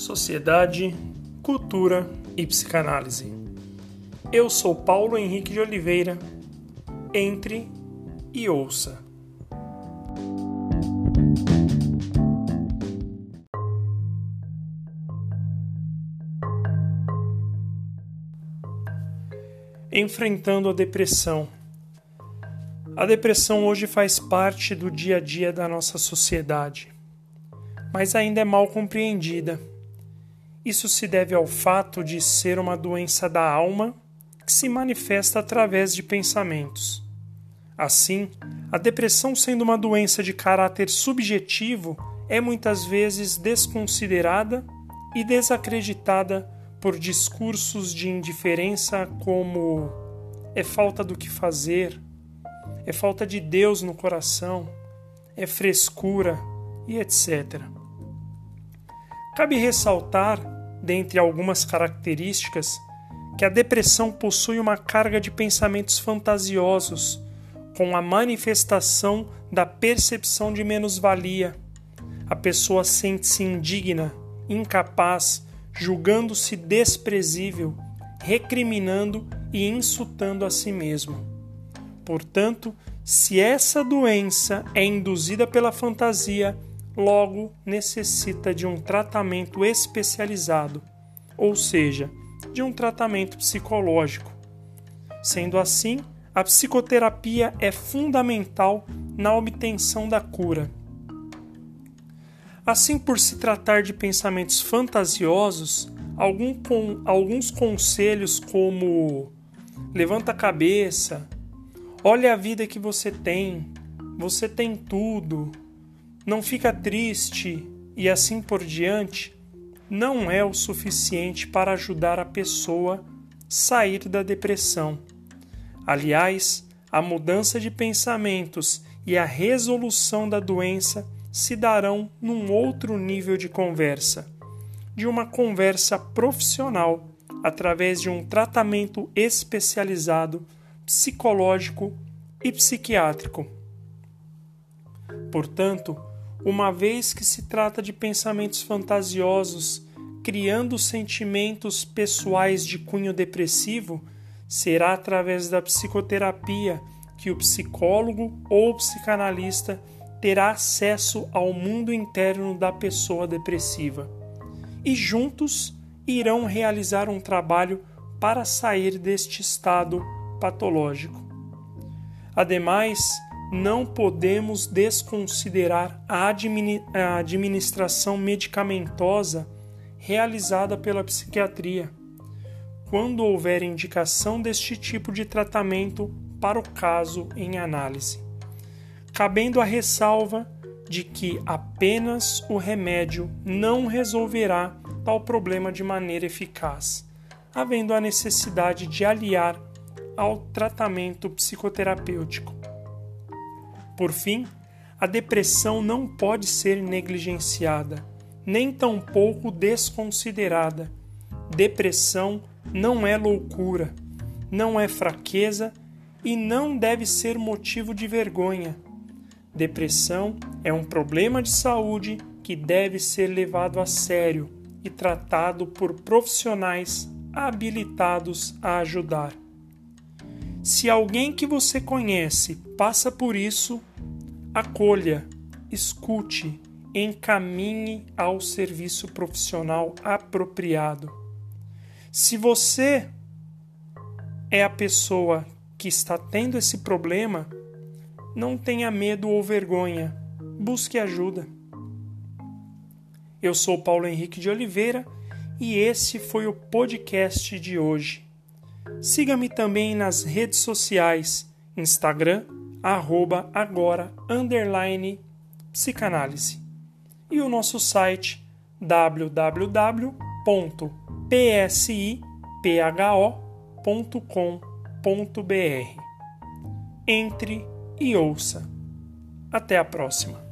Sociedade, Cultura e Psicanálise. Eu sou Paulo Henrique de Oliveira. Entre e ouça. Enfrentando a depressão. A depressão hoje faz parte do dia a dia da nossa sociedade, mas ainda é mal compreendida. Isso se deve ao fato de ser uma doença da alma que se manifesta através de pensamentos. Assim, a depressão, sendo uma doença de caráter subjetivo, é muitas vezes desconsiderada e desacreditada por discursos de indiferença como é falta do que fazer, é falta de Deus no coração, é frescura e etc. Cabe ressaltar, dentre algumas características, que a depressão possui uma carga de pensamentos fantasiosos, com a manifestação da percepção de menos-valia. A pessoa sente-se indigna, incapaz, julgando-se desprezível, recriminando e insultando a si mesmo. Portanto, se essa doença é induzida pela fantasia, logo necessita de um tratamento especializado, ou seja, de um tratamento psicológico. Sendo assim, a psicoterapia é fundamental na obtenção da cura. Assim, por se tratar de pensamentos fantasiosos, alguns conselhos como levanta a cabeça, olha a vida que você tem tudo, não fica triste e assim por diante, não é o suficiente para ajudar a pessoa a sair da depressão. Aliás, a mudança de pensamentos e a resolução da doença se darão num outro nível de conversa, de uma conversa profissional, através de um tratamento especializado, psicológico e psiquiátrico. Portanto, uma vez que se trata de pensamentos fantasiosos, criando sentimentos pessoais de cunho depressivo, será através da psicoterapia que o psicólogo ou psicanalista terá acesso ao mundo interno da pessoa depressiva. E juntos irão realizar um trabalho para sair deste estado patológico. Ademais, não podemos desconsiderar a administração medicamentosa realizada pela psiquiatria, quando houver indicação deste tipo de tratamento para o caso em análise, cabendo a ressalva de que apenas o remédio não resolverá tal problema de maneira eficaz, havendo a necessidade de aliar ao tratamento psicoterapêutico. Por fim, a depressão não pode ser negligenciada, nem tampouco desconsiderada. Depressão não é loucura, não é fraqueza e não deve ser motivo de vergonha. Depressão é um problema de saúde que deve ser levado a sério e tratado por profissionais habilitados a ajudar. Se alguém que você conhece passa por isso, acolha, escute, encaminhe ao serviço profissional apropriado. Se você é a pessoa que está tendo esse problema, não tenha medo ou vergonha, busque ajuda. Eu sou Paulo Henrique de Oliveira e esse foi o podcast de hoje. Siga-me também nas redes sociais, Instagram, @agora_psicanálise e o nosso site www.psipho.com.br. Entre e ouça. Até a próxima.